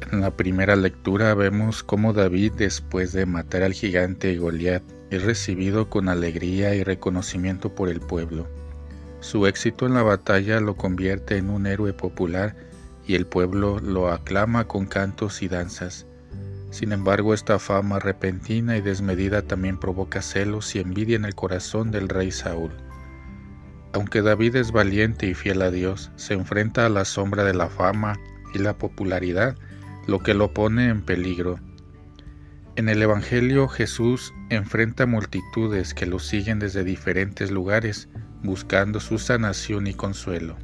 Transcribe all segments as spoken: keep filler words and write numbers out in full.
En la primera lectura vemos cómo David, después de matar al gigante Goliat, es recibido con alegría y reconocimiento por el pueblo. Su éxito en la batalla lo convierte en un héroe popular y el pueblo lo aclama con cantos y danzas. Sin embargo, esta fama repentina y desmedida también provoca celos y envidia en el corazón del rey Saúl. Aunque David es valiente y fiel a Dios, se enfrenta a la sombra de la fama y la popularidad, lo que lo pone en peligro. En el Evangelio, Jesús enfrenta multitudes que lo siguen desde diferentes lugares, buscando su sanación y consuelo.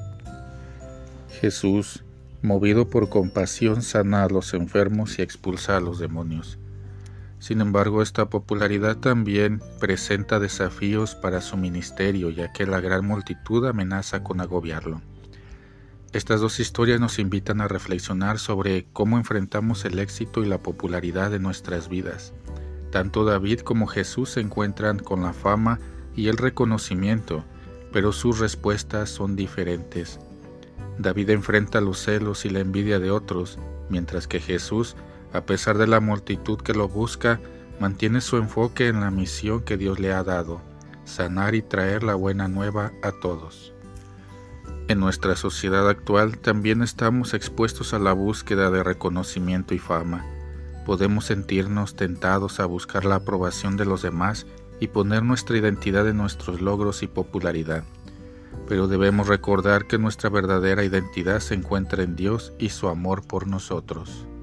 Jesús, movido por compasión, sana a los enfermos y expulsa a los demonios. Sin embargo, esta popularidad también presenta desafíos para su ministerio, ya que la gran multitud amenaza con agobiarlo. Estas dos historias nos invitan a reflexionar sobre cómo enfrentamos el éxito y la popularidad de nuestras vidas. Tanto David como Jesús se encuentran con la fama y el reconocimiento, pero sus respuestas son diferentes. David enfrenta los celos y la envidia de otros, mientras que Jesús, a pesar de la multitud que lo busca, mantiene su enfoque en la misión que Dios le ha dado, sanar y traer la buena nueva a todos. En nuestra sociedad actual también estamos expuestos a la búsqueda de reconocimiento y fama. Podemos sentirnos tentados a buscar la aprobación de los demás y poner nuestra identidad en nuestros logros y popularidad. Pero debemos recordar que nuestra verdadera identidad se encuentra en Dios y su amor por nosotros.